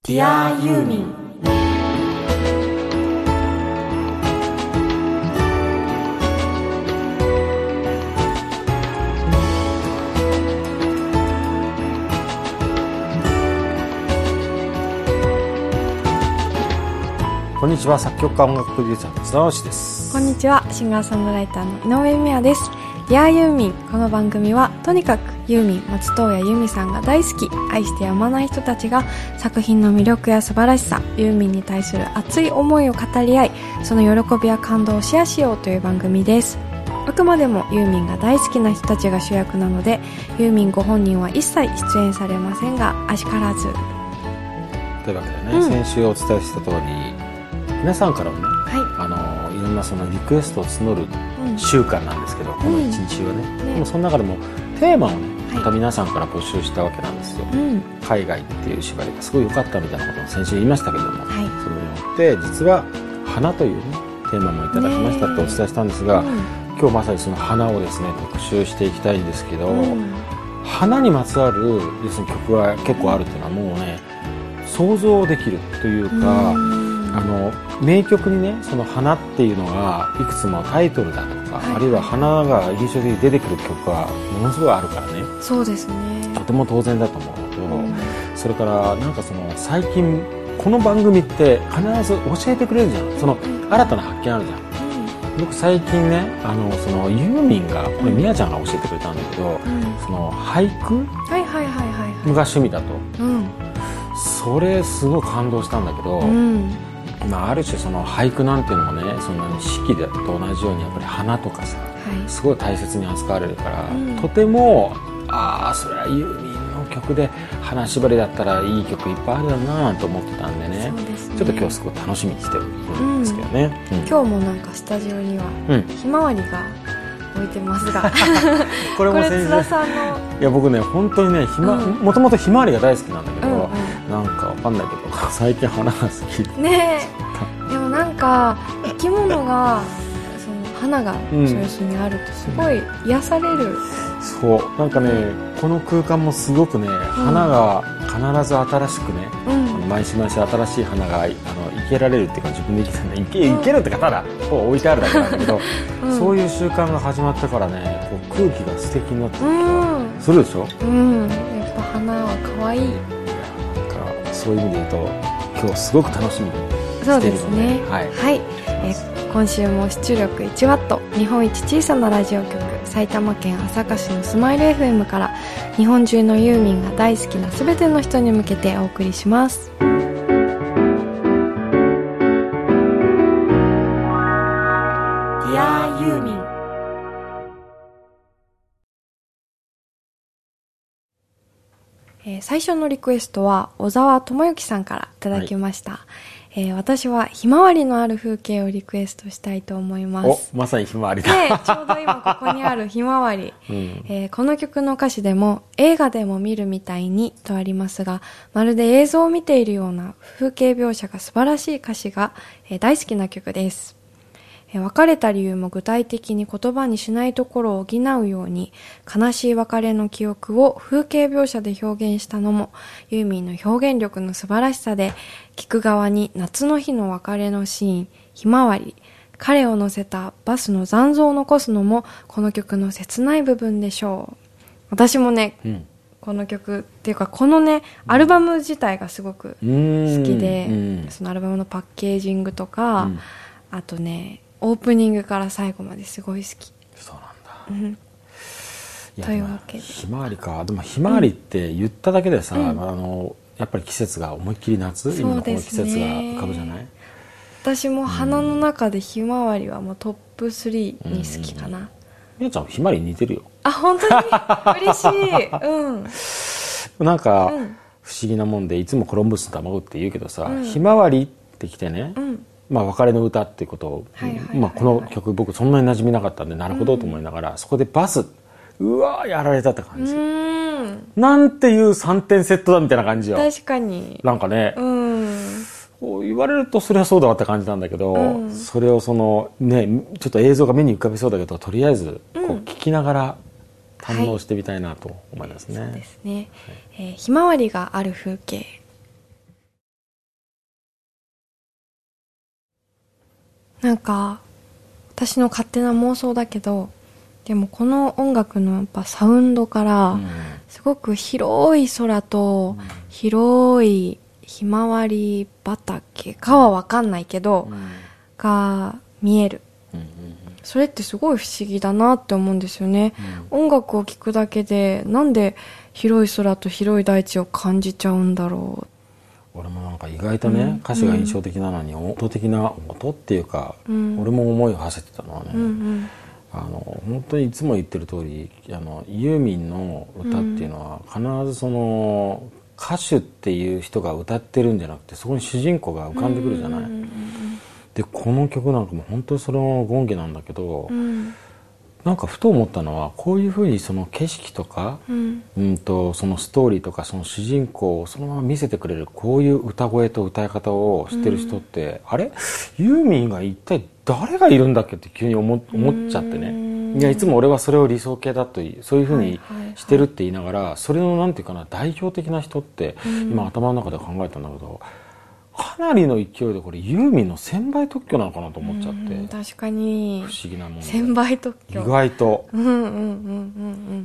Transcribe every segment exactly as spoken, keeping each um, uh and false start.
ディアユーミン。 こんにちは、作曲家音楽プロデューサーの津田直です。 こんにちは、シンガーソングライターの井上美也です。ディアユーミン。この番組はとにかくユーミン松任谷由実さんが大好き、愛してやまない人たちが作品の魅力や素晴らしさ、ユーミンに対する熱い思いを語り合い、その喜びや感動をシェアしようという番組です。あくまでもユーミンが大好きな人たちが主役なので、ユーミンご本人は一切出演されませんが、あしからずというわけでね、うん、先週お伝えした通り皆さんからもね、はい、あのいろんなそのリクエストを募る週間なんですけど、うん、このいちにちはね、うん、でもその中でもテーマをね、また皆さんから募集したわけなんですよ、うん、海外っていう縛りがすごい良かったみたいなことを先週言いましたけども、はい、それによって実は花というねテーマもいただきましたってお伝えしたんですが、うん、今日まさにその花をですね特集していきたいんですけど、うん、花にまつわる要するに曲が結構あるっていうのはもうね想像できるというか、うんあの名曲にねその花っていうのがいくつもタイトルだとか、はい、あるいは花が印象的に出てくる曲がものすごいあるからね。 そうですね。 とても当然だと思うのと、うん、それからなんかその最近この番組って必ず教えてくれるじゃん。その新たな発見あるじゃん、うん、僕最近ねあのそのユーミンがこれみやちゃんが教えてくれたんだけど、うん、その俳句はいはいはいはい、 が趣味だと、うん、それすごい感動したんだけど、うんまあ、ある種その俳句なんていうのもねそんなに四季と同じようにやっぱり花とかさ、はい、すごい大切に扱われるから、うん、とてもああそれはユーミンの曲で花縛りだったらいい曲いっぱいあるだなと思ってたんで ね, でねちょっと今日すごい楽しみにしてるんですけどね、 うんうん、今日もなんかスタジオにはひまわりが置いてますがこれも先生これ津田さんのいや僕ね本当にねひま、うん、もともとひまわりが大好きなんだけど、うんうんなんかわかんないけど最近花が好きねえでもなんか生き物がその花がそういうにあるとすごい癒される、うん、 そうなんかね、うん、この空間もすごくね、うん、花が必ず新しくね、うん、毎週毎週新しい花があの生けられるっていうか自分で生きてない生け、生けるってかただこう置いてあるだけなんだけど、うん、そういう習慣が始まってからねこう空気が素敵になってる気がするでしょ、 うん、やっぱ花は可愛いそういう意味で言うと今日すごく楽しみにしているのでそうですねはい、はいえー、今週も出力いちワット日本一小さなラジオ局埼玉県朝霞市のスマイル エフエム から日本中のユーミンが大好きなすべての人に向けてお送りします。Dear ユーミンえー、最初のリクエストは小沢智之さんからいただきました、はいえー、私はひまわりのある風景をリクエストしたいと思います。 おまさにひまわりだ、 ね、ちょうど今ここにあるひまわり、うんえー、この曲の歌詞でも映画でも見るみたいにとありますがまるで映像を見ているような風景描写が素晴らしい歌詞が、えー、大好きな曲です。別れた理由も具体的に言葉にしないところを補うように悲しい別れの記憶を風景描写で表現したのもユーミンの表現力の素晴らしさで聞く側に夏の日の別れのシーンひまわり彼を乗せたバスの残像を残すのもこの曲の切ない部分でしょう。私もね、うん、この曲っていうかこのねアルバム自体がすごく好きで、うん、そのアルバムのパッケージングとか、うん、あとねオープニングから最後まですごい好き。 そうなんだ、 うん、 いやというわけでひまわりかでもひまわりって言っただけでさ、うん、あのやっぱり季節が思いっきり夏、ね、今のこの季節が浮かぶじゃない。 私も花の中でひまわりはもうトップスリーに好きかな。 みやちゃんひまわりに似てるよ。 あ本当に嬉しい、うん、 なんか、うん、不思議なもんでいつもコロンブスの卵って言うけどさ、うん、ひまわりってきてね、うんまあ、別れの歌っていうことを、まあ、この曲僕そんなに馴染みなかったんでなるほどと思いながら、うん、そこでバスうわーやられたって感じうんなんていうさんてんセットだみたいな感じよ。 確かになんかねうん言われるとそれはそうだわって感じなんだけど、うん、それをそのねちょっと映像が目に浮かびそうだけどとりあえずこう聞きながら堪能してみたいなと思いますね、 はい、そうですね、はいえー、ひまわりがある風景なんか私の勝手な妄想だけど、でもこの音楽のやっぱサウンドからすごく広い空と広いひまわり畑かは分かんないけど、が見える。それってすごい不思議だなって思うんですよね、うん、音楽を聴くだけでなんで広い空と広い大地を感じちゃうんだろう。俺もなんか意外とね、うん、歌詞が印象的なのに、うん、音的な音っていうか、うん、俺も思いを馳せてたのはね、うんうん、あの本当にいつも言ってる通り、あのユーミンの歌っていうのは必ずその歌手っていう人が歌ってるんじゃなくて、そこに主人公が浮かんでくるじゃない、うんうんうん、でこの曲なんかも本当にその権化なんだけど、うん、なんかふと思ったのは、こういうふうにその景色とか、うんうん、とそのストーリーとかその主人公をそのまま見せてくれるこういう歌声と歌い方をしてる人って、うん、あれユーミンが一体誰がいるんだっけって急に 思, 思っちゃってね。いやいつも俺はそれを理想系だとそういうふうにしてるって言いながら、はいはいはい、それのなんていうかな代表的な人って、うん、今頭の中で考えたんだけど、かなりの勢いでこれユーミンの専売特許なのかなと思っちゃって、うん、 確かに不思議なもんで専売特許意外と、 うんうんうんうんうん、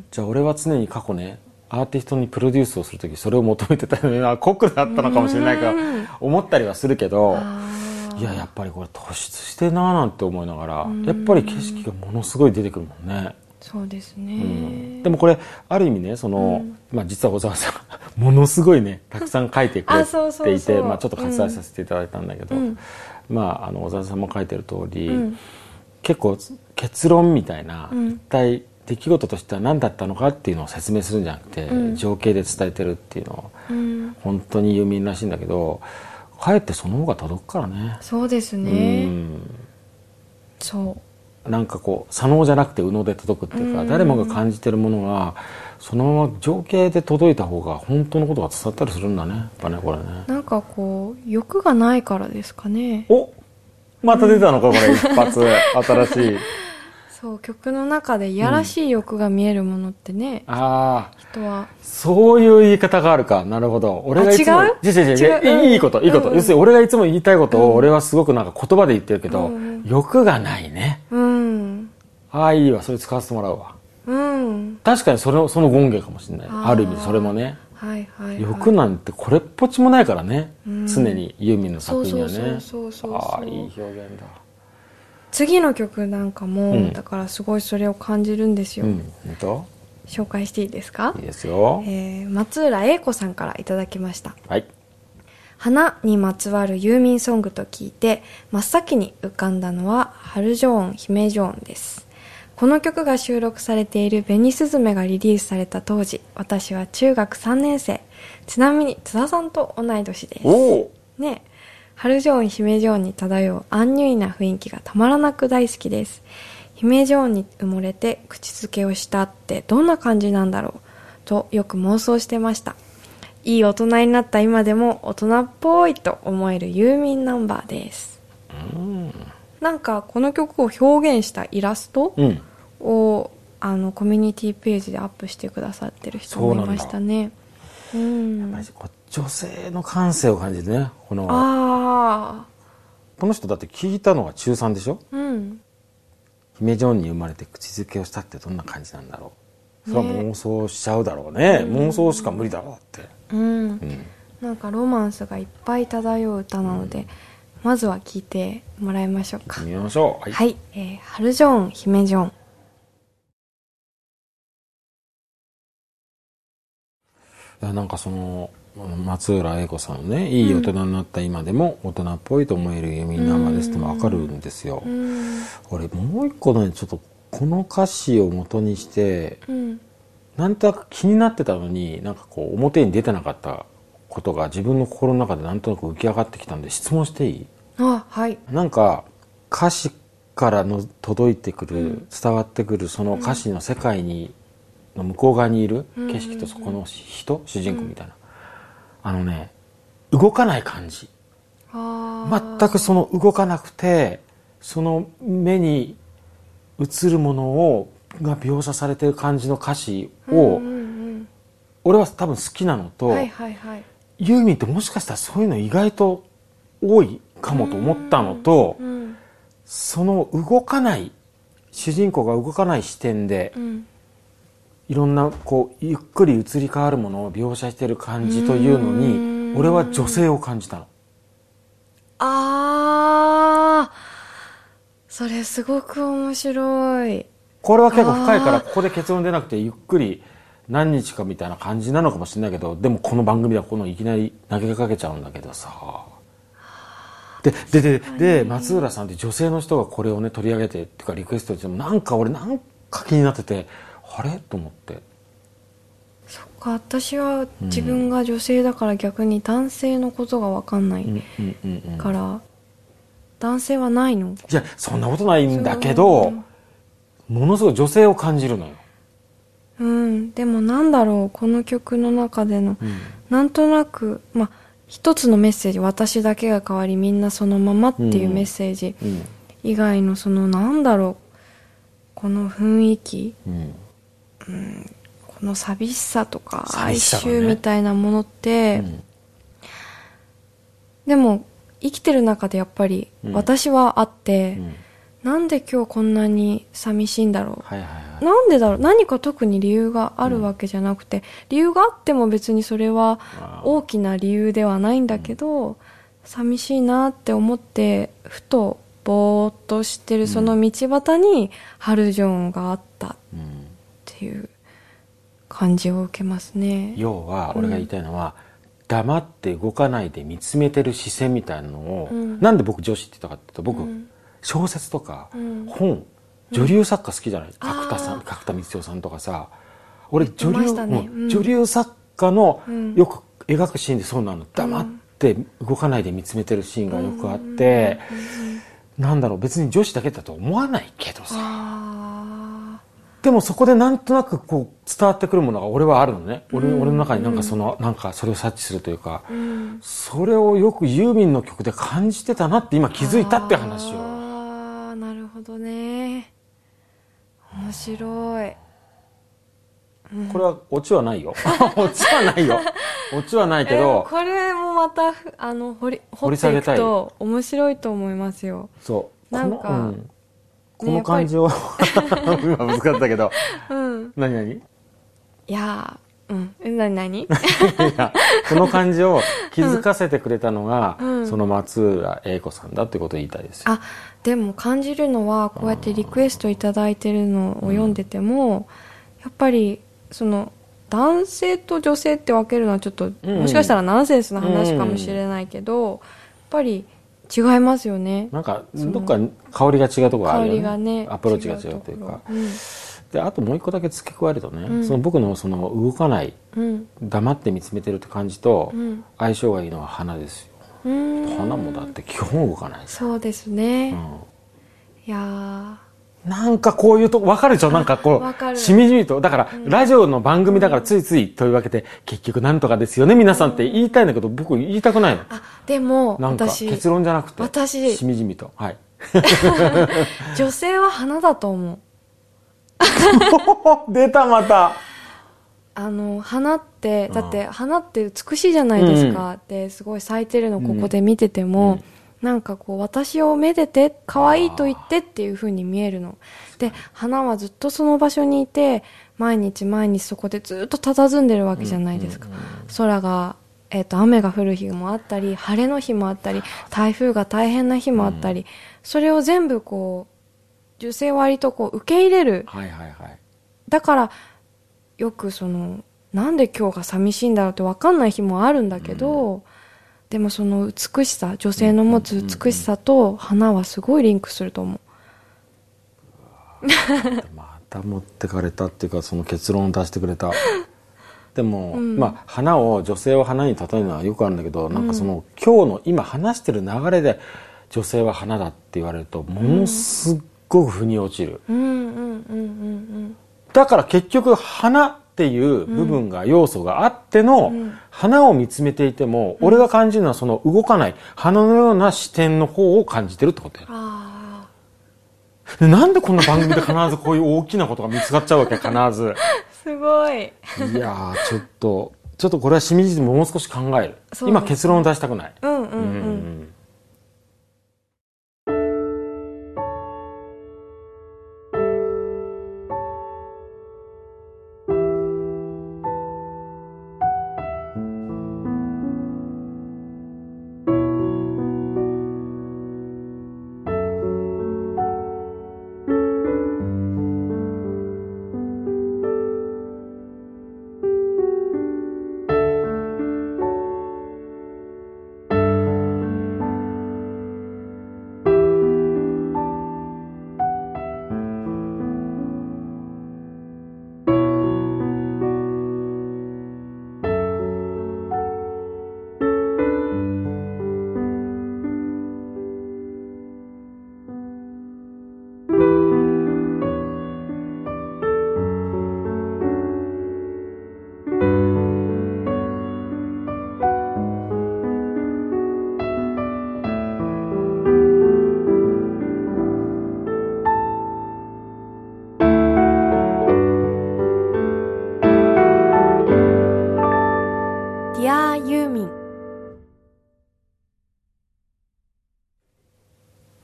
じゃあ俺は常に過去ねアーティストにプロデュースをするときそれを求めてたのに酷だったのかもしれないから思ったりはするけど、いややっぱりこれ突出してるなーなんて思いながら、やっぱり景色がものすごい出てくるもんね。 そうですね、 うん、でもこれある意味ねその、うんまあ、実は小沢さんものすごいねたくさん書いてくれていてまあちょっと割愛させていただいたんだけど、うん、まああの小沢さんも書いてる通り、うん、結構結論みたいな、うん、一体出来事としては何だったのかっていうのを説明するんじゃなくて、うん、情景で伝えてるっていうのは、うん、本当にユーミンらしいんだけど、かえってその方が届くからね。 そうですね、うん、そうなんかこう左脳じゃなくて右脳で届くっていうか、誰もが感じてるものがそのまま情景で届いた方が本当のことが伝わったりするんだね、やっぱねこれね。 なんかこう欲がないからですかね。 おまた出たのか、うん、これ一発新しいそう曲の中でいやらしい欲が見えるものってね、うん、ああ人はそういう言い方があるか。なるほど。俺がいつも違う違う違う違う、いいこといいこと、うん、要するに俺がいつも言いたいことを俺はすごくなんか言葉で言ってるけど、うん、欲がないね、うん、ああいいわ、それ使わせてもらうわ、うん、確かにそれその権化かもしれない。 あ, ある意味それもね、はいはいはい、欲なんてこれっぽっちもないからね、うん、常にユーミンの作品にはね。ああいい表現だ。 次の曲なんかも、うん、だからすごいそれを感じるんですよ、うん、 と紹介していいですか？ いいですよ、 えー、松浦英子さんからいただきました。 はい。 花にまつわるユーミンソングと聞いて真っ先に浮かんだのは春ジョーン姫ジョーンです。この曲が収録されている紅すずめがリリースされた当時、私は中学さんねん生、ちなみに津田さんと同い年です。 おね、春ジョーン姫ジョーンに漂うアンニュイな雰囲気がたまらなく大好きです。姫ジョーンに埋もれて口づけをしたってどんな感じなんだろうとよく妄想してました。いい大人になった今でも大人っぽいと思えるユーミンナンバーです。うん、なんかこの曲を表現したイラストを、うん、あのコミュニティページでアップしてくださってる人もいましたね。うん、 やっぱりこう女性の感性を感じるね。このあこの人だって聞いたのが中さんでしょ、うん、姫ジョーンに生まれて口づけをしたってどんな感じなんだろう、それは妄想しちゃうだろうね、妄想しか無理だろうって、うんうん、 なんかロマンスがいっぱい漂う歌なので、うん、まずは聞いてもらいましょうか。 見ましょう。はい、 はい、えー、春ジョーン姫ジョーン。 なんかその松浦英子さんのね、いい大人になった今でも大人っぽいと思えるユーミンナンバーですっても分かるんですよ。俺もう一個ねちょっとこの歌詞を元にして、うん、なんとなく気になってたのになんかこう表に出てなかったことが自分の心の中でなんとなく浮き上がってきたんで質問していい？ あ、はい。 なんか歌詞からの届いてくる、うん、伝わってくるその歌詞の世界にの向こう側にいる景色とそこの人、うん、主人公みたいな、あのね動かない感じ、全くその動かなくてその目に映るものをが描写されている感じの歌詞を、うんうんうん、俺は多分好きなのと、はいはいはい、ユーミンってもしかしたらそういうの意外と多いかもと思ったのと、うんうん、 その動かない主人公が動かない視点で、うん、いろんなこうゆっくり移り変わるものを描写している感じというのに俺は女性を感じたの。 あー、それすごく面白い。 これは結構深いからここで結論出なくてゆっくり何日かみたいな感じなのかもしれないけど、でもこの番組ではこのいきなり投げかけちゃうんだけどさ。で、で、で、で、松浦さんって女性の人がこれをね取り上げてっていうかリクエストしてもなんか俺なんか気になってて、あれと思って。 そっか、私は自分が女性だから逆に男性のことが分かんないから、男性はないの？ いや、そんなことないんだけど、ものすごい女性を感じるのよ。 うん、でもなんだろう、この曲の中での、うん、なんとなく、まあ、一つのメッセージ、私だけが変わりみんなそのままっていうメッセージ以外のそのなんだろう、この雰囲気、うんうん、この寂しさとか哀愁みたいなものって、ね、うん、でも生きてる中でやっぱり私はあって、うんうん、なんで今日こんなに寂しいんだろう、はいはいはい、なんでだろう、何か特に理由があるわけじゃなくて、うん、理由があっても別にそれは大きな理由ではないんだけど、うん、寂しいなって思ってふとぼーっとしてるその道端にハルジョンがあったっていう感じを受けますね。 要は俺が言いたいのは、うん、黙って動かないで見つめてる視線みたいなのを、うん、なんで僕女子って言ったかっていうと、僕、うん、小説とか、うん、本、女流作家好きじゃない、うん、角田さん、角田光代さんとかさ、俺女流、ね、うん、女流作家のよく描くシーンでそうなの、黙って動かないで見つめてるシーンがよくあって、なんだろう、別に女子だけだと思わないけどさ、でもそこでなんとなくこう伝わってくるものが俺はあるのね、うん、俺, 俺の中になんかその、うん、なんかそれを察知するというか、うん、それをよくユーミンの曲で感じてたなって今気づいたって話を。 ああ、なるほどね、面白い、 うん、これはオチはないよオチはないよオチはないけど、 これもまたあの掘り掘っていくと面白いと思いますよ。 そうなんか、うん、 この感じを、ね、今難かったけど、うん、何何いやー、うん、何何いや、この感じを気づかせてくれたのが、うん、その松浦英子さんだってことを言いたいですよ。 あ、でも感じるのはこうやってリクエストいただいてるのを読んでても、うん、やっぱりその男性と女性って分けるのはちょっと、うん、もしかしたらナンセンスな話かもしれないけど、うん、やっぱり違いますよね。 なんかどっか香りが違うところあるよね。 香りがね、 アプローチが違うというか、うん、であともう一個だけ付け加えるとね、うん、その僕のその動かない、うん、黙って見つめてるって感じと相性がいいのは花ですよ、うん、花もだって基本動かない。 そうですね、うん、いやー、 なんかこういうとこ分かるでしょ、なんかこうしみじみと。だから、うん、ラジオの番組だからついつい問い分けて、結局なんとかですよね皆さんって言いたいんだけど、僕言いたくないの。 あ、でもなんか結論じゃなくて、 私しみじみと、はい女性は花だと思う出たまた。 あの花ってだって花って美しいじゃないですか、うん、ですごい咲いてるのここで見てても、うんうん、なんかこう私をめでて可愛いと言ってっていう風に見えるので、花はずっとその場所にいて毎日毎日そこでずっと佇んでるわけじゃないですか、うんうんうん、空が、えーと、雨が降る日もあったり晴れの日もあったり台風が大変な日もあったり、うん、それを全部こう女性は割とこう受け入れる、 はいはいはい、 だからよくそのなんで今日が寂しいんだろうって分かんない日もあるんだけど、うん、でもその美しさ、女性の持つ美しさと花はすごいリンクすると思う。 また持ってかれたっていうか、その結論を出してくれた。でも、うん、まあ花を、女性を花に例えるのはよくあるんだけど、なんかその、うん、今日の今話してる流れで女性は花だって言われるとものすっごく腑に落ちる。だから結局花っていう部分が、要素があっての、うん、花を見つめていても、うん、俺が感じるのはその動かない花のような視点の方を感じてるってことや。あ、でなんでこんな番組で必ずこういう大きなことが見つかっちゃうわけ必ず。 すごい。 いやー、ちょっとちょっとこれはしみじみもう少し考える。今結論を出したくない。 うんうんうん。うん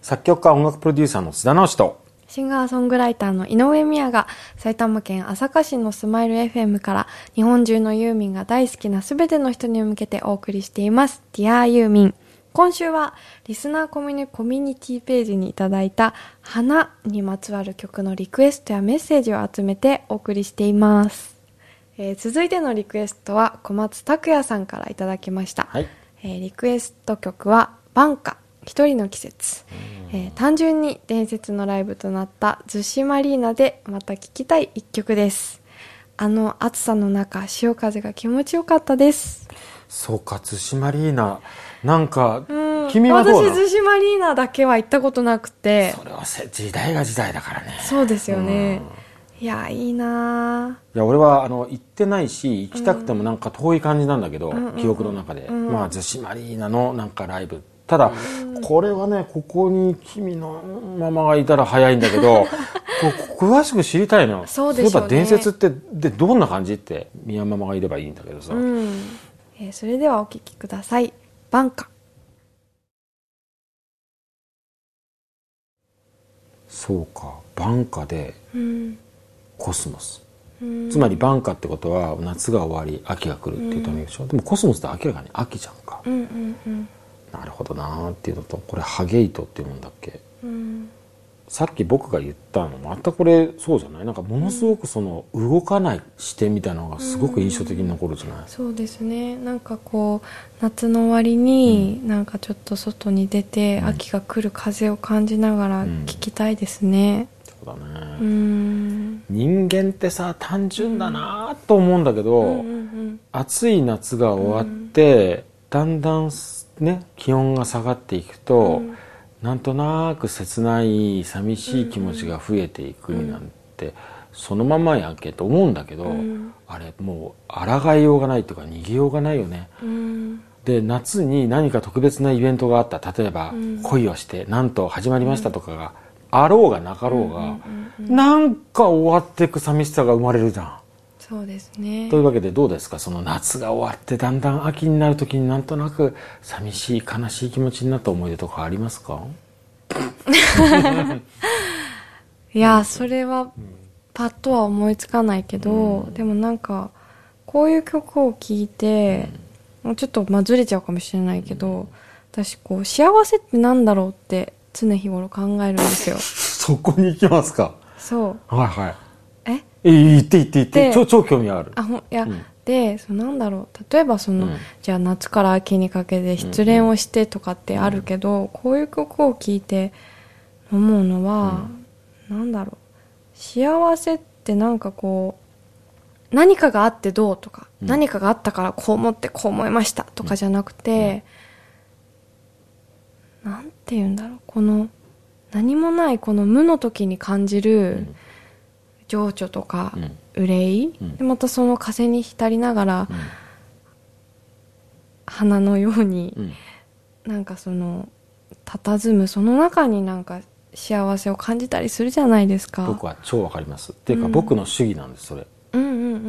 作曲家音楽プロデューサーの須田直樹とシンガーソングライターの井上美也が埼玉県朝霞市のスマイル エフエム から日本中のユーミンが大好きなすべての人に向けてお送りしています Dear ユーミン。今週はリスナーコミュニ、コミュニティページにいただいた花にまつわる曲のリクエストやメッセージを集めてお送りしています。えー、続いてのリクエストは小松拓也さんからいただきました。 はい、 えー、リクエスト曲は晩夏一人の季節。えー、単純に伝説のライブとなった逗子マリーナでまた聴きたい一曲です。あの暑さの中潮風が気持ちよかったです。 そうか、逗子マリーナなんか、 うん、 君はどうなの？ 私逗子マリーナだけは行ったことなくて。 それは時代が時代だからね。 そうですよね、うん、いやいいな。 いや俺はあの行ってないし行きたくてもなんか遠い感じなんだけど、うん、記憶の中で、うん、まあ逗子マリーナのなんかライブ、ただ、うん、これはねここに君のママがいたら早いんだけどこ詳しく知りたいの。 そうでしょうね。 そういえば伝説ってでどんな感じって宮ママがいればいいんだけどさ、 うんえー、それではお聴きください。晩夏。 そうか、晩夏でコスモス、 うん、 つまり晩夏ってことは夏が終わり秋が来るっていうタイミングでしょ、うん、でもコスモスって明らかに秋じゃんか、 うんうんうん、 なるほどなーっていうのと、これハゲイトっていうんだっけ、 うん、 さっき僕が言ったのまたこれそうじゃない、なんかものすごくその動かない視点みたいなのがすごく印象的に残るじゃない、 うん、そうですね。なんかこう夏の終わりになんかちょっと外に出て、うん、秋が来る風を感じながら聴きたいですね、 うん、そうだね、 うん、 人間ってさ単純だなと思うんだけど、うんうんうん、暑い夏が終わって、うん、だんだんね気温が下がっていくと、うん、なんとなく切ない寂しい気持ちが増えていくになんて、うん、そのままやんけと思うんだけど、うん、あれもう抗いようがないというか逃げようがないよね、うん、で夏に何か特別なイベントがあった、例えば、うん、恋をしてなんと始まりましたとかがあろうがなかろうが、うんうんうんうん、なんか終わっていく寂しさが生まれるじゃん。 そうですね。 というわけでどうですか、その夏が終わってだんだん秋になるときになんとなく寂しい悲しい気持ちになった思い出とかありますか？ いやそれはパッとは思いつかないけど、うん、でもなんかこういう曲を聴いて、うん、ちょっとまあずれちゃうかもしれないけど、うん、私こう幸せってなんだろうって常日頃考えるんですよ。 そこに行きますか？そう、はいはい。 え言って言って言って超超興味ある。 あほいや、うん、でそのなんだろう、例えばその、うん、じゃあ夏から秋にかけて失恋をしてとかってあるけど、うん、こういう曲を聴いて思うのは、うん、なんだろう、幸せってなんかこう何かがあってどうとか、うん、何かがあったからこう思ってこう思いましたとかじゃなくて、うん、なんて言うんだろう、この何もないこの無の時に感じる、うん情緒とか憂い、うん、でまたその風に浸りながら、うん、花のように、うん、なんかその佇むその中になんか幸せを感じたりするじゃないですか。 僕は超わかります。っていうか、うん、僕の主義なんですそれ、 うんうんうんうん、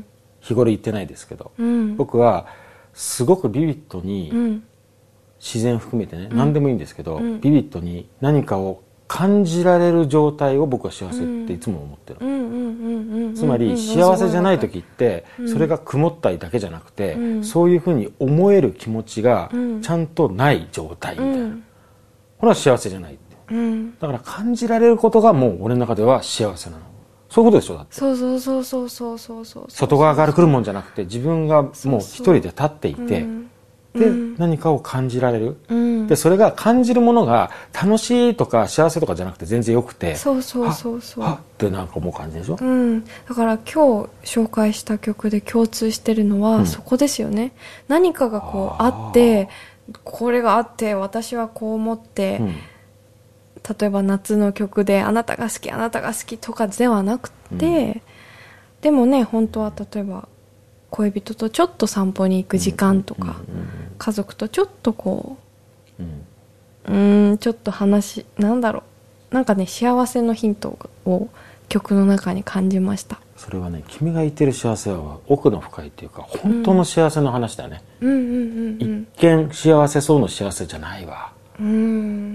日頃言ってないですけど、 うん、 僕はすごくビビッドに、うん、自然含めてね、うん、何でもいいんですけど、うん、ビビッドに何かを感じられる状態を僕は幸せっていつも思ってる。つまり幸せじゃない時ってそれが曇ったりだけじゃなくて、うん、そういうふうに思える気持ちがちゃんとない状態みたいな、うん、これは幸せじゃないって、うん、だから感じられることがもう俺の中では幸せなの。そういうことでしょ。だってそうそうそうそうそうそうそう、 外側から来るもんじゃなくて自分がもう一人で立っていて、うんで、うん、何かを感じられる、うん、でそれが感じるものが楽しいとか幸せとかじゃなくて全然よくて、 そうそうそうそうはっってなんか思う感じでしょ、 うん、だから今日紹介した曲で共通してるのはそこですよね、うん、何かがこうあってこれがあって私はこう思って、うん、例えば夏の曲であなたが好きあなたが好きとかではなくて、うん、でもね本当は例えば恋人とちょっと散歩に行く時間とか、うんうんうん、家族とちょっとこう、うん、うーんちょっと話なんだろう、なんかね幸せのヒントを曲の中に感じました。 それはね君が言ってる幸せは奥の深いっていうか本当の幸せの話だよね、 うんうんうんうんうん、 一見幸せそうな幸せじゃないわ、 うん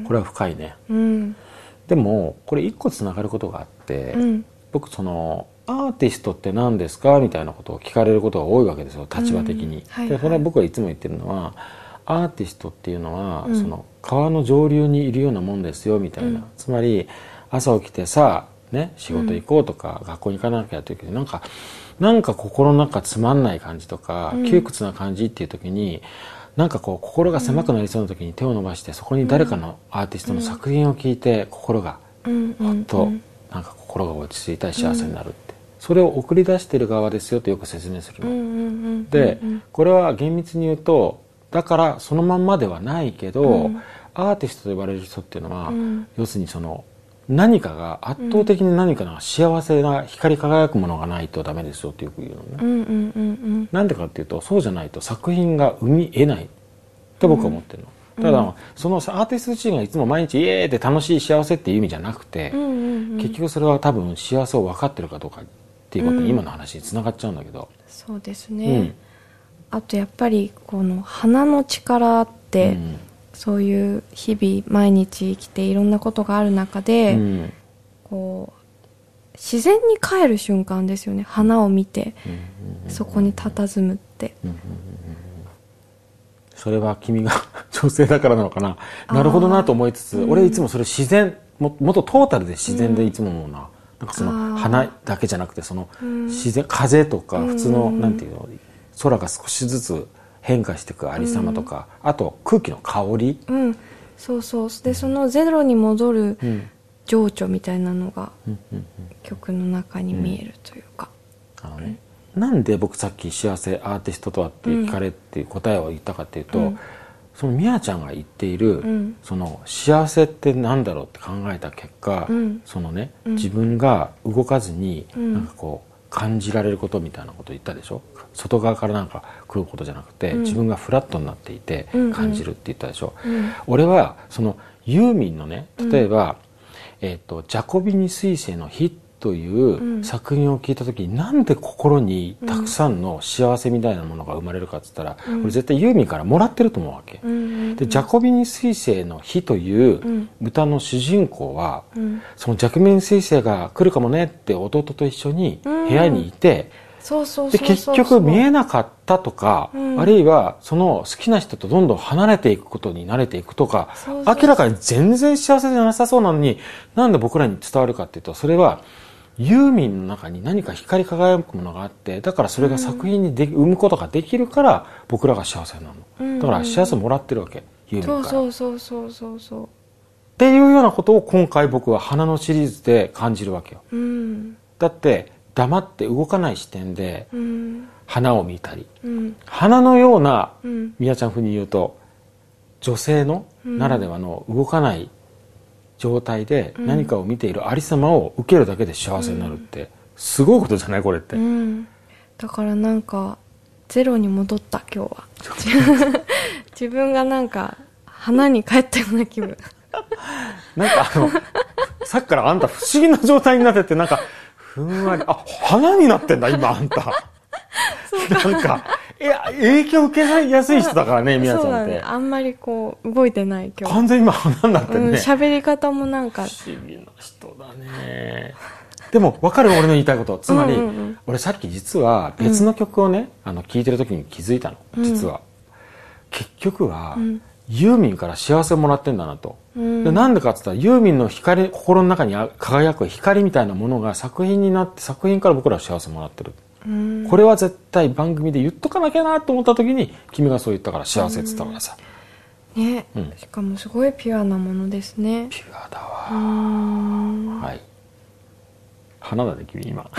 これは深いね、 うん、 でもこれ一個つながることがあって、うん、僕そのアーティストって何ですかみたいなことを聞かれることが多いわけですよ、立場的に、うんはいはい、でそれは僕はいつも言ってるのはアーティストっていうのは、うん、その川の上流にいるようなもんですよみたいな、うん、つまり朝起きてさ、ね、仕事行こうとか、うん、学校に行かなきゃという時になんかなんか心の中つまんない感じとか、うん、窮屈な感じっていう時になんかこう心が狭くなりそうな時に手を伸ばして、そこに誰かのアーティストの作品を聴いて心がほっとなんか心が落ち着いたり幸せになるって、それを送り出してる側ですよとよく説明するので、これは厳密に言うとだからそのまんまではないけど、うん、アーティストと呼ばれる人っていうのは、うん、要するにその何かが圧倒的に何かが幸せな光り輝くものがないとダメですよってよく言うのね。なんでかっていうとそうじゃないと作品が生み得ないって僕は思ってるの、うん、ただそのアーティスト自身がいつも毎日イエーって楽しい幸せっていう意味じゃなくて、うんうんうん、結局それは多分幸せを分かってるかどうかっていうことに今の話につながっちゃうんだけど、 そうですね、うん、あとやっぱりこの花の力って、うん、そういう日々毎日生きていろんなことがある中で、うん、こう自然に帰る瞬間ですよね、花を見て、うん、そこに佇むって、うん、 それは君が女性だからなのかな、なるほどなと思いつつ、うん、俺いつもそれ自然 も, もっとトータルで自然でいつも思うな、うん、なんかその花だけじゃなくてその自然、風とか普通のなんていうの空が少しずつ変化していくありさまとか、うん、あと空気の香り、うん、 そうそうでそのゼロに戻る情緒みたいなのが曲の中に見えるというか、 うんうんうん、あのね、なんで僕さっき幸せアーティストとはって聞かれっていう答えを言ったかっていうと、うん、そのみやちゃんが言っている、うん、その幸せってなんだろうって考えた結果、うん、そのね、うん、自分が動かずになんかこう感じられることみたいなことを言ったでしょ。外側からなんか来ることじゃなくて、うん、自分がフラットになっていて感じるって言ったでしょ、うんうん、俺はそのユーミンのね、例えば、うん、えーと、ジャコビニ彗星の火という作品を聞いた時に、うん、なんで心にたくさんの幸せみたいなものが生まれるかって言ったら、うん、俺絶対ユーミンからもらってると思うわけ、うんうんうん、でジャコビニ彗星の火という歌の主人公は、うん、そのジャコビニ彗星が来るかもねって弟と一緒に部屋にいて、で結局見えなかったとか、うん、あるいはその好きな人とどんどん離れていくことに慣れていくとか、そうそうそう、明らかに全然幸せじゃなさそうなのになんで僕らに伝わるかっていうと、それはユーミンの中に何か光り輝くものがあって、だからそれが作品にで、うん、生むことができるから僕らが幸せなの、うんうん、だから幸せをもらってるわけ、ユーミンから。 そうそうそうそうそうっていうようなことを今回僕は花のシリーズで感じるわけよ、うん、だって黙って動かない視点で花を見たり、うん、花のような、うん、みやちゃん風に言うと女性のならではの動かない状態で何かを見ているありさまを受けるだけで幸せになるってすごいことじゃないこれって、うん、 だからなんかゼロに戻った今日は自分がなんか花に帰ったような気分なんかあのさっきからあんた不思議な状態になってて、なんかふんわり、あ、花になってんだ今あんたなんかいや影響受けやすい人だからね、みやちゃんって。 ね、あんまりこう動いてない今日。 完全に今花になってるね。 喋、うん、り方もなんか不思議な人だね。でも分かる俺の言いたいこと。つまり、うんうんうん、俺さっき実は別の曲をね、うん、あの聴いてる時に気づいたの。実は、うん、結局は、うん、ユーミンから幸せをもらってんだなと。うん、でなんでかって言ったらユーミンの光、心の中に輝く光みたいなものが作品になって、作品から僕らは幸せをもらってる。これは絶対番組で言っとかなきゃなと思った時に君がそう言ったから幸せって言ったからさ、 ね、うん、しかもすごいピュアなものですね。 ピュアだわ。うーん、はい、花だね君今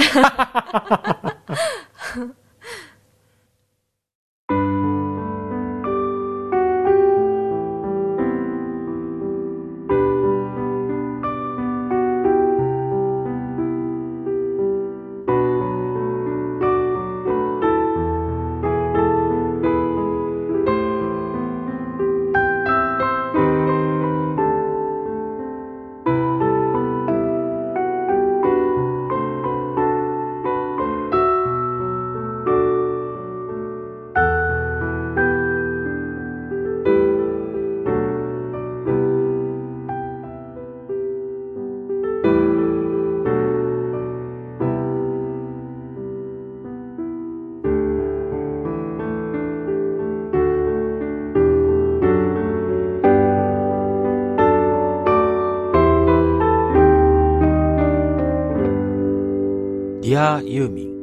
Dear ユーミン。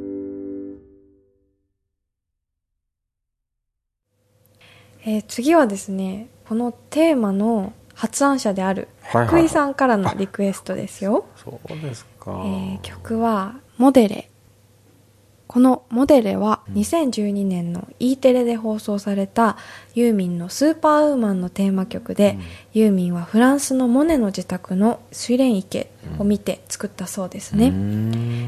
えー、次はですね、このテーマの発案者である福井さんからのリクエストですよ。 そうですか。 えー、曲はモデレ。このモデレはにせんじゅうにねんの E テレで放送されたユーミンのスーパーウーマンのテーマ曲で、うん、ユーミンはフランスのモネの自宅の睡蓮池を見て作ったそうですね。うん、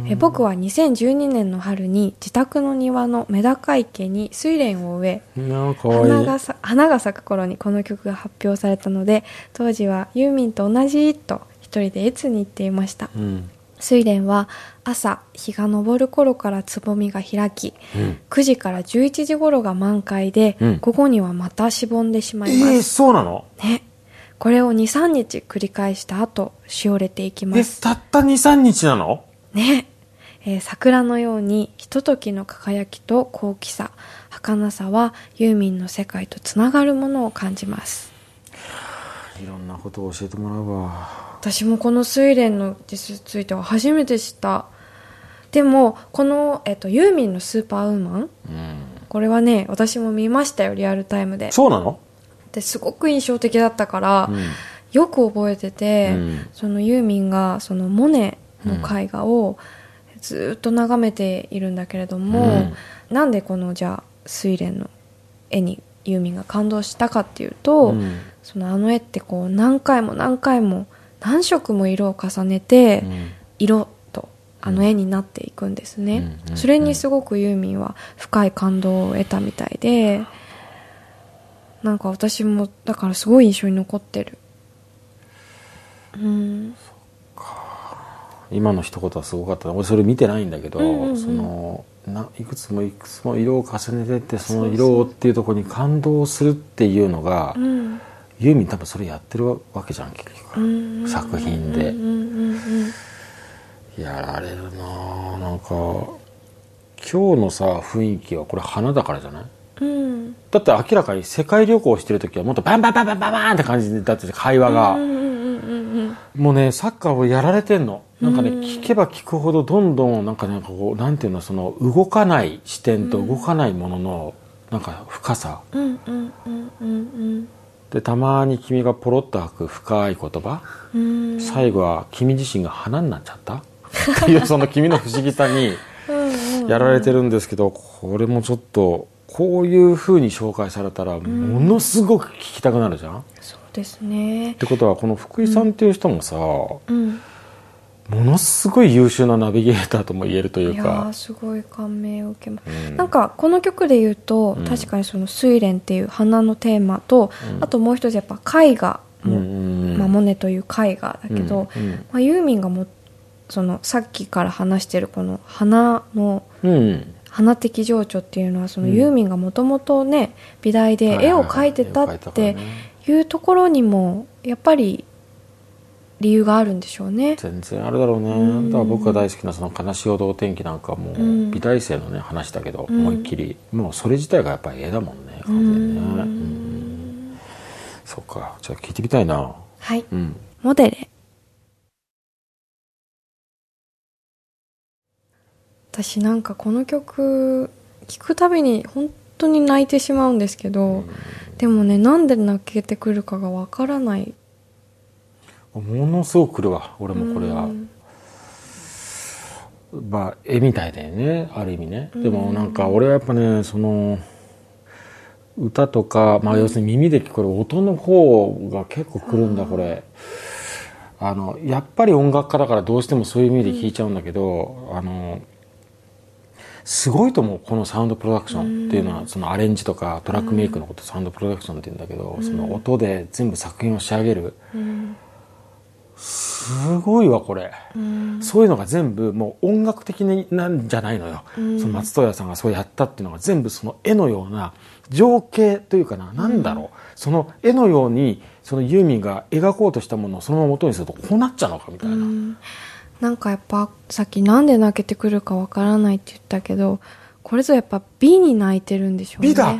え僕はにせんじゅうにねんの春に自宅の庭のメダカ池に睡蓮を植え、花がさ花が咲く頃にこの曲が発表されたので、当時はユーミンと同じと一人で越に言っていました。うん、睡蓮は朝日が昇る頃からつぼみが開き、うん、くじからじゅういちじ頃が満開で、うん、午後にはまたしぼんでしまいます。 えー、そうなの？ ね。これをに、さんにち繰り返した後しおれていきます。 え、たったに、さんにちなの？ ね。えー、桜のようにひとときの輝きと高貴さ、儚さはユーミンの世界とつながるものを感じます。 いろんなことを教えてもらうわ。 私もこの睡蓮の実については初めて知った。でもこの、えっと、ユーミンのスーパーウーマン、うん、これはね私も見ましたよ、リアルタイムで。 そうなの？ ですごく印象的だったから、うん、よく覚えてて、うん、そのユーミンがそのモネの絵画をずっと眺めているんだけれども、うん、なんでこのじゃあ睡蓮の絵にユーミンが感動したかっていうと、うん、そのあの絵ってこう何回も何回も何色も色を重ねて、うん、色とあの絵になっていくんですね、うん、それにすごくユーミンは深い感動を得たみたいで、なんか私もだからすごい印象に残ってる。うん、 そっか。今の一言はすごかった。俺それ見てないんだけど、うんうんうん、そのないくつもいくつも色を重ねてって、その色っていうところに感動するっていうのが、そうそう、うん、ユーミン多分それやってるわけじゃん、結局、うんうん、作品で、うんうんうんうん、やられるな。なんか今日のさ雰囲気はこれ花だからじゃない？うん、だって明らかに世界旅行してる時はもっとバンバンバンバンバンバンって感じだって会話が、うんうんうんうん、もうねサッカーをやられてんの。なんかね、うん、聞けば聞くほどどんどんなんかねこうなんていうの、その動かない視点と動かないもののなんか深さ、うんうんうんうんうんで、たまに君がポロッと吐く深い言葉、うん最後は君自身が花になっちゃったっていうその君の不思議さにやられてるんですけど、これもちょっとこういう風に紹介されたらものすごく聞きたくなるじゃん、うん、 そうですね。 ってことはこの福井さんっていう人もさ、うんうん、ものすごい優秀なナビゲーターとも言えるというか、いやすごい感銘を受けます、うん、なんかこの曲で言うと、うん、確かにその睡蓮っていう花のテーマと、うん、あともう一つやっぱ絵画も、うんまあ、モネという絵画だけど、うんうんまあ、ユーミンがもそのさっきから話してるこの花の、うん花的情緒っていうのはそのユーミンがもともとね美大で絵を描いてたっていうところにもやっぱり理由があるんでしょうね。 全然あるだろうね、うん、だから僕が大好きなその悲しいお堂天気なんかもう美大生のね話だけど、うん、思いっきりもうそれ自体がやっぱり絵だもんね、完全にね、うんうん、そうか。じゃあ聞いてみたいな。 はい、うん、モデレ。私なんかこの曲聴くたびに本当に泣いてしまうんですけど、うん、でもねなんで泣けてくるかがわからない。 ものすごくくるわ俺もこれは、うん、まあ絵みたいだよねある意味ね、うん、でもなんか俺はやっぱねその歌とか、まあ、要するに耳で聞こえる音の方が結構くるんだ、うん、これあのやっぱり音楽家だからどうしてもそういう意味で聴いちゃうんだけど、うん、あのすごいと思うこのサウンドプロダクションっていうのは、うん、そのアレンジとかトラックメイクのことサウンドプロダクションって言うんだけど、うん、その音で全部作品を仕上げる、うん、すごいわこれ、うん、そういうのが全部もう音楽的なんじゃないのよ、うん、その松任谷さんがそうやったっていうのが全部その絵のような情景というかな、なんだろう、うん、その絵のようにそのユーミンが描こうとしたものをそのまま元にするとこうなっちゃうのかみたいな、うんなんかやっぱさっきなんで泣けてくるかわからないって言ったけどこれぞやっぱ美に泣いてるんでしょうね。 美だ、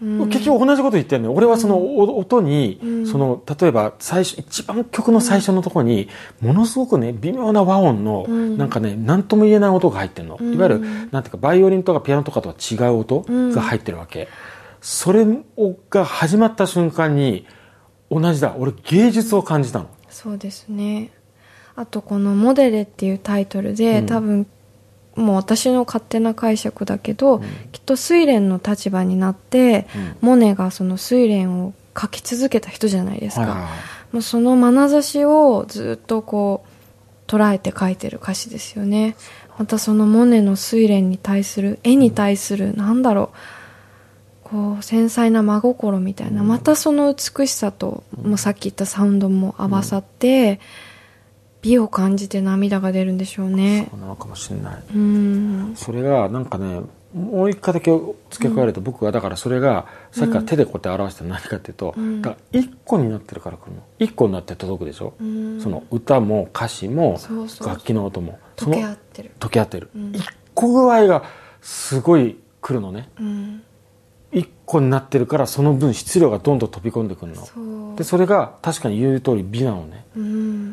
結局同じこと言ってるのよ。俺はその音に、うん、その例えば最初一番曲の最初のところにものすごくね微妙な和音の、うん、なんかね何とも言えない音が入ってるの、うん、いわゆるなんていうかバイオリンとかピアノとかとは違う音が入ってるわけ、うん、それが始まった瞬間に同じだ、俺芸術を感じたの。 そうですね。あとこのモデレっていうタイトルで、うん、多分もう私の勝手な解釈だけど、うん、きっと睡蓮の立場になって、うん、モネがその睡蓮を描き続けた人じゃないですか、はいはいはい、もうその眼差しをずっとこう捉えて描いてる歌詞ですよね。またそのモネの睡蓮に対する絵に対する、うん、なんだろう、こう繊細な真心みたいな、うん、またその美しさと、うん、もうさっき言ったサウンドも合わさって、うん、美を感じて涙が出るんでしょうね。 そうなのかもしれない。うん、それがなんかね、もう一回だけ付け加えると、うん、僕はだからそれがさっきから手でこうやって表して何かっていうと、うん、だから一個になってるから来るの。一個になって届くでしょ、うん、その歌も歌詞も楽器の音も溶け合ってる溶け合ってる、うん、一個具合がすごい来るのね、うん、一個になってるからその分質量がどんどん飛び込んでくるの。そでそれが確かに言う通り美なのね、うん、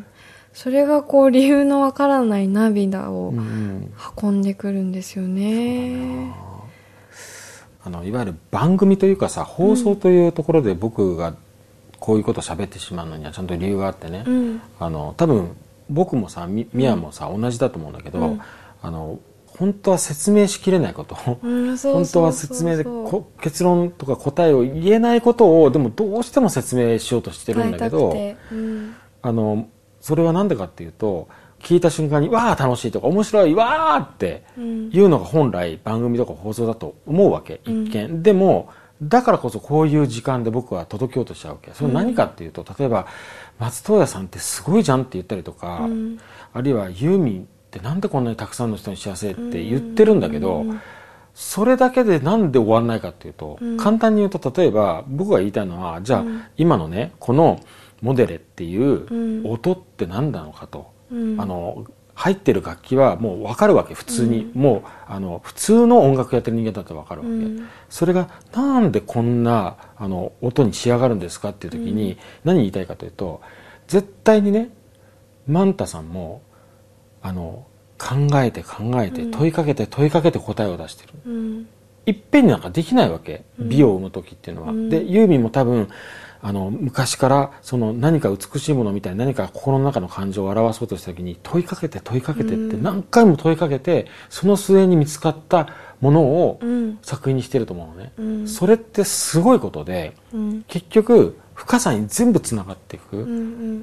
それがこう理由のわからない涙を運んでくるんですよね、うん、 あのいわゆる番組というかさ、放送というところで僕がこういうことを喋ってしまうのにはちゃんと理由があってね、うん、あの多分僕もさみやもさ、うん、同じだと思うんだけど、うん、あの本当は説明しきれないこと、うん、本当は説明でこ結論とか答えを言えないことをでもどうしても説明しようとしてるんだけど、うん、あのそれは何でかっていうと、聞いた瞬間にわー楽しいとか面白いわーっていうのが本来番組とか放送だと思うわけ、一見、うん、でもだからこそこういう時間で僕は届けようとしちゃうわけ。それ何かっていうと、例えば松任谷さんってすごいじゃんって言ったりとか、うん、あるいはユーミンってなんでこんなにたくさんの人に幸せって言ってるんだけど、うん、それだけでなんで終わんないかっていうと、うん、簡単に言うと、例えば僕が言いたいのは、じゃあ、うん、今のねこのモデレっていう音って何なのかと、うん、あの入ってる楽器はもう分かるわけ、普通に、うん、もうあの普通の音楽やってる人間だって分かるわけ、うん、それがなんでこんなあの音に仕上がるんですかっていう時に、うん、何言いたいかというと、絶対にねマンタさんもあの考えて考えて問いかけて問いかけて答えを出してる、うん、いっぺんになんかできないわけ、美を生む時っていうのは、うん、でユーミンも多分あの昔からその何か美しいものみたいな何か心の中の感情を表そうとした時に問いかけて問いかけてって何回も問いかけて、その末に見つかったものを作品にしてると思うのね、うん、それってすごいことで、うん、結局深さに全部つながっていく、うんうん、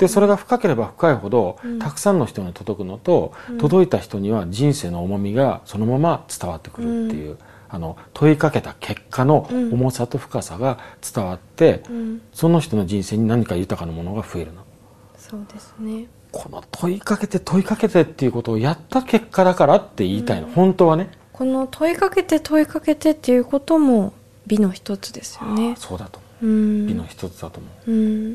でそれが深ければ深いほど、うん、たくさんの人に届くのと、うん、届いた人には人生の重みがそのまま伝わってくるっていう、うん、あの問いかけた結果の重さと深さが伝わって、うん、その人の人生に何か豊かなものが増えるの。 そうですね。 この問いかけて問いかけてっていうことをやった結果だからって言いたいの、うん、本当はね。 この問いかけて問いかけてっていうことも美の一つですよね。 そうだと思う、うん、美の一つだと思う、うん、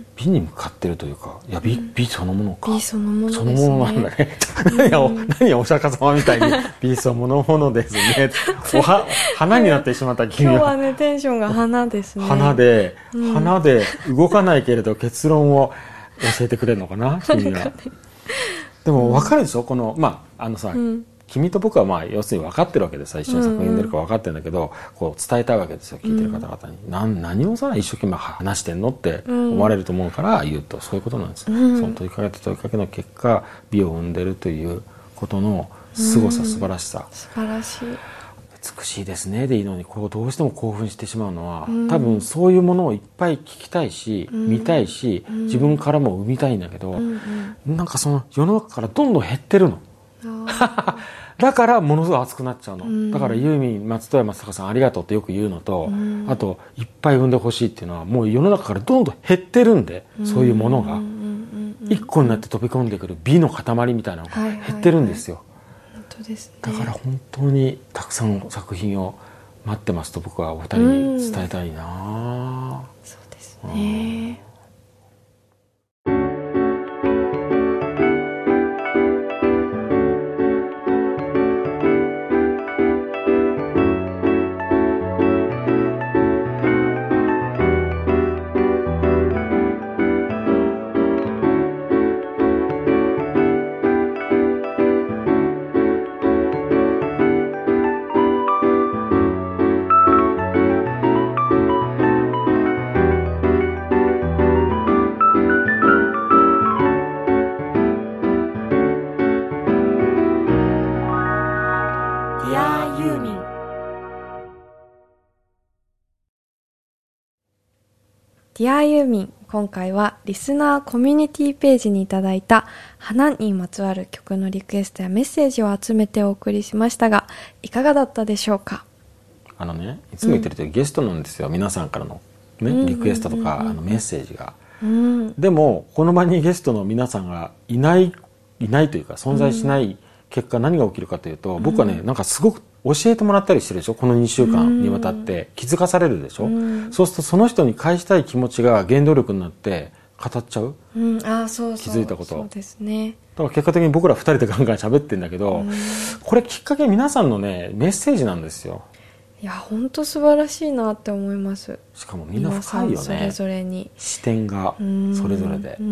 美に向かってるというか、いや 美,、うん、美そのものか、 美そのものですね。そのものなんだね何を、うん、何をお釈迦様みたいに美そのものですねおは花になってしまった君は。 今日はねテンションが花ですね。 花で、うん、花で動かないけれど結論を教えてくれるのかな君は、ね、でも分かるでしょ、このまああのさ、うん君と僕はまあ要するに分かってるわけでさ、一緒に作品に出るか分かってるんだけど、うんうん、こう伝えたいわけですよ、聞いてる方々に、うん、な何をさ一生懸命話してんのって思われると思うから言うと、そういうことなんですよ、うん、その問いかけて問いかけの結果美を生んでるということの凄さ、うん、素晴らしさ、 素晴らしい、 美しいですねでいいのに、こうどうしても興奮してしまうのは、うん、多分そういうものをいっぱい聞きたいし、うん、見たいし、うん、自分からも生みたいんだけど、うんうん、なんかその世の中からどんどん減ってるのだからものすごい熱くなっちゃうの、うん、だからユーミン松任谷正隆さんありがとうってよく言うのと、うん、あといっぱい産んでほしいっていうのはもう世の中からどんどん減ってるんで、うん、そういうものが一個になって飛び込んでくる美の塊みたいなのが減ってるんですよ、 はいはいはい、本当ですね。 だから本当にたくさんの作品を待ってますと僕はお二人に伝えたいな、うん、 そうですね、うんディアユーミン、今回はリスナーコミュニティページにいただいた花にまつわる曲のリクエストやメッセージを集めてお送りしましたが、いかがだったでしょうか？ あのね、いつも言ってるとおり、うん、ゲストなんですよ、皆さんからの、ね、リクエストとか、あのメッセージが、うん、でもこの場にゲストの皆さんがいないいないというか存在しない結果、何が起きるかというと、僕はね、なんかすごく教えてもらったりしてるでしょ、このにしゅうかんにわたって気づかされるでしょ、うん、そうするとその人に返したい気持ちが原動力になって語っちゃう、うん、あ、そうそう、気づいたこと、 そうですね。 だから結果的に僕らふたりでガンガン喋ってるんだけど、うん、これきっかけ皆さんのねメッセージなんですよ。 いや本当素晴らしいなって思います。 しかもみんな深いよね、 それぞれに視点がそれぞれで、うん、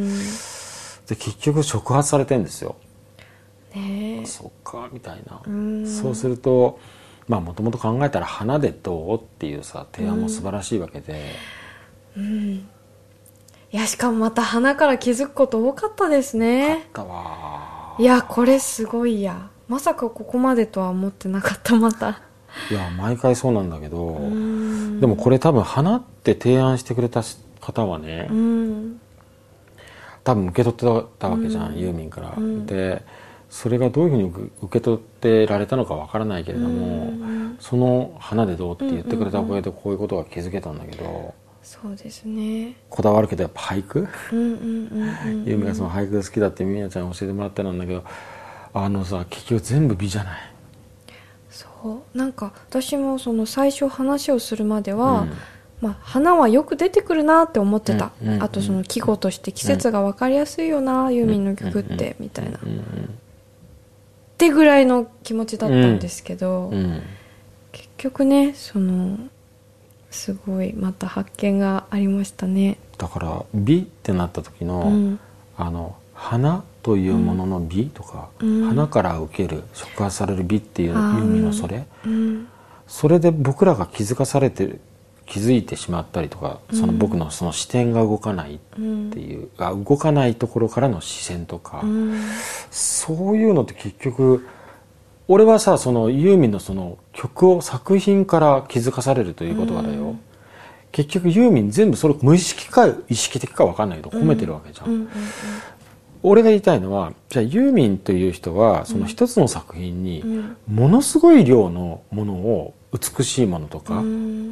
で結局触発されてるんですよ、ね、そっかみたいな、うん、そうするとまあもともと考えたら花でどうっていうさ提案も素晴らしいわけで、うんうん、いやしかもまた花から気づくこと多かったですね。 多かったわ。 いやこれすごいや、まさかここまでとは思ってなかった。またいや毎回そうなんだけど、でもこれ多分花って提案してくれた方はね、多分受け取ってたわけじゃん、ユーミンから、でそれがどういうふうに受け取ってられたのかわからないけれども、その花でどうって言ってくれたおかげでこういうことが気づけたんだけど、 そうですね、 こだわるけどやっぱ俳句、ユーミンがその俳句が好きだってみなちゃん教えてもらったんだけど、あのさ結局全部美じゃない。 そうなんか私もその最初話をするまでは、うんまあ、花はよく出てくるなって思ってた、うんうんうん、あとその季語として季節が分かりやすいよな、うん、ユーミンの曲って、うん、みたいな、うんうん、ってぐらいの気持ちだったんですけど、うんうん、結局ねそのすごいまた発見がありましたね。 だから美ってなった時の、うん、あの花というものの美とか、うん、花から受ける触発される美っていう意味のそれ、うん、それで僕らが気づかされて気づいてしまったりとか、その僕のその視点が動かないっていう、うん、動かないところからの視線とか、うん、そういうのって結局俺はさそのユーミンのその曲を作品から気づかされるということがだよ、うん、結局ユーミン全部それ無意識か意識的か分かんないけど褒めてるわけじゃん、うんうんうんうん、俺が言いたいのはじゃあユーミンという人はその一つの作品にものすごい量のものを美しいものとか、うん、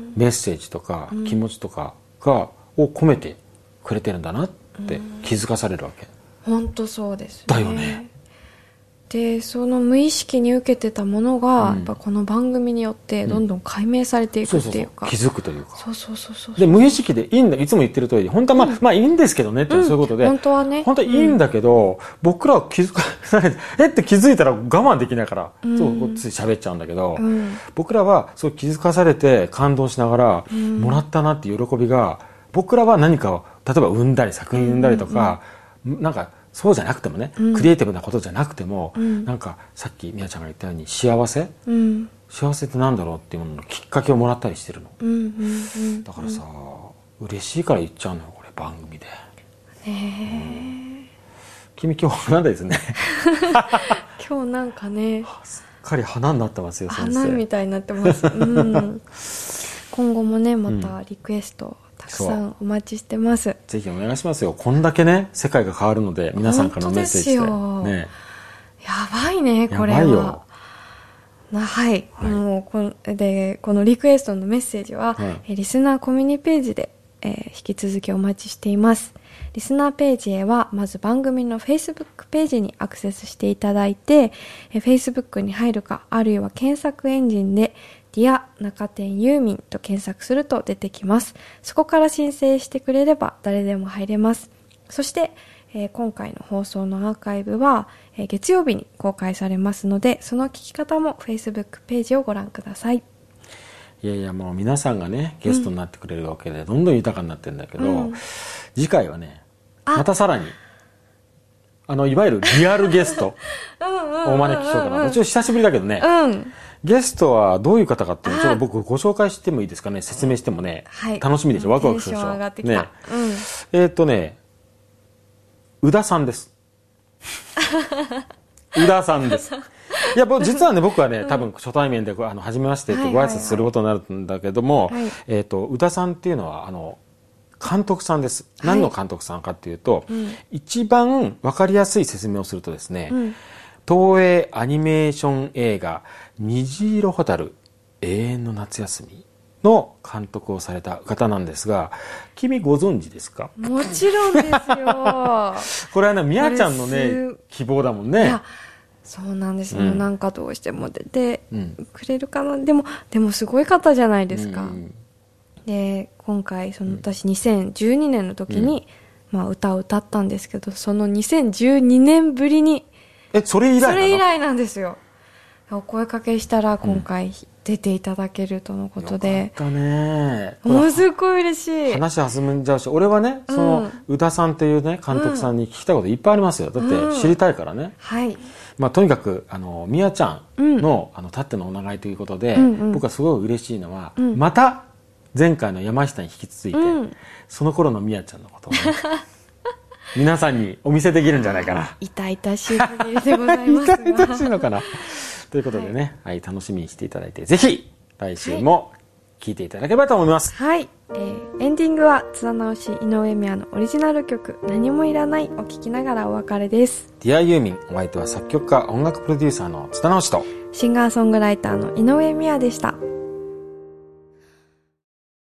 メッセージとか、うん、気持ちとかがを込めてくれてるんだなって気づかされるわけ。 本当そうですね。 だよね。 でその無意識に受けてたものが、うん、やっぱこの番組によってどんどん解明されていくっていうか、 うん、そうそうそう気づくというか、 そうそうそうそうで無意識でいいんだ、いつも言ってる通り本当はまあ、うん、まあいいんですけどねって、うん、そういうことで本当はね本当はいいんだけど、うん、僕らは気づかされてえって気づいたら我慢できないから、うん、そうつい喋っちゃうんだけど、うん、僕らはそう気づかされて感動しながら、うん、もらったなっていう喜びが僕らは何かを例えば生んだり作品生んだりとか、うんうん、なんかそうじゃなくてもね、うん、クリエイティブなことじゃなくても、うん、なんかさっきみやちゃんが言ったように幸せ、うん、幸せってなんだろうっていうもののきっかけをもらったりしてるの、うんうんうん、だからさ嬉しいから言っちゃうのよこれ番組で、うん、君今日花ですね今日なんかねすっかり花になってますよ先生。 花みたいになってます、うん、今後もねまたリクエスト、うんたくさんお待ちしてます。 ぜひお願いしますよ。こんだけね世界が変わるので皆さんからのメッセージで、ね、 やばいねこれは。やばいよな、はい、はい、もうこでこのリクエストのメッセージは、はい、リスナーコミュニページで、えー、引き続きお待ちしています。リスナーページへはまず番組の Facebook ページにアクセスしていただいて、えー、Facebook に入るかあるいは検索エンジンでディア中店ユーミンと検索すると出てきます。そこから申請してくれれば誰でも入れます。そして、えー、今回の放送のアーカイブは、えー、月曜日に公開されますので、その聞き方も Facebook ページをご覧ください。 いやいやもう皆さんがねゲストになってくれるわけで、うん、どんどん豊かになってるんだけど、うん、次回はねまたさらにあのいわゆるリアルゲストをお招きしようかな。もちろん久しぶりだけどね、うんゲストはどういう方かっていうのをちょっと僕ご紹介してもいいですかね。説明してもね、はい、楽しみでしょ、ワクワクするでしょ。 テンション上がってきた、 ねうん、えーっとね宇田さんです宇田さんですいや実はね僕はね多分初対面であの初めましてってご挨拶することになるんだけども、えーっと宇田さんっていうのはあの監督さんです。何の監督さんかっていうと、はい、うん、一番わかりやすい説明をするとですね、うん、東映アニメーション映画虹色ホタル永遠の夏休みの監督をされた方なんですが、君ご存知ですか？ もちろんですよ。 これはね、みやちゃんのね、希望だもんね。いや、 そうなんですよ、うん、なんかどうしても出てくれるかな、うん、でもでもすごい方じゃないですか、うん、で今回その私にせんじゅうにねんの時に、うん、まあ、歌を歌ったんですけど、そのにせんじゅうにねんぶりに、 えそれ以来なの？ それ以来なんですよ。お声かけしたら今回出ていただけるとのことで、 うん、よかったね。 もうすごい嬉しい。 話弾んじゃうし、俺はね、その宇田さんっていうね監督さんに聞きたいこといっぱいありますよ。だって知りたいからね、うん、はい。まあ、とにかくあのみやちゃん の,、うん、あのたってのお願いということで、うんうん、僕はすごい嬉しいのは、うん、また前回の山下に引き続いて、うん、その頃のみやちゃんのことをね皆さんにお見せできるんじゃないかな。 痛々しい限りでございますが痛々しいのかなということでね、はい、はい、楽しみにしていただいて、ぜひ来週も聴いていただければと思います。 はい、えー、エンディングは津田直し井上美和のオリジナル曲何もいらないを聴きながらお別れです。 ディアユーミン、お相手は作曲家音楽プロデューサーの津田直しとシンガーソングライターの井上美和でした。